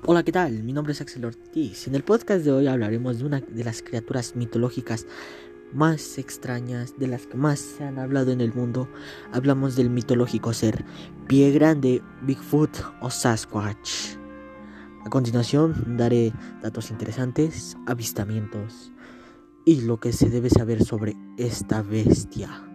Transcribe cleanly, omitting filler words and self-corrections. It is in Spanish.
Hola, ¿qué tal? Mi nombre es Axel Ortiz. En el podcast de hoy hablaremos de una de las criaturas mitológicas más extrañas, de las que más se han hablado en el mundo. Hablamos del mitológico ser Pie Grande, Bigfoot o Sasquatch. A continuación daré datos interesantes, avistamientos y lo que se debe saber sobre esta bestia.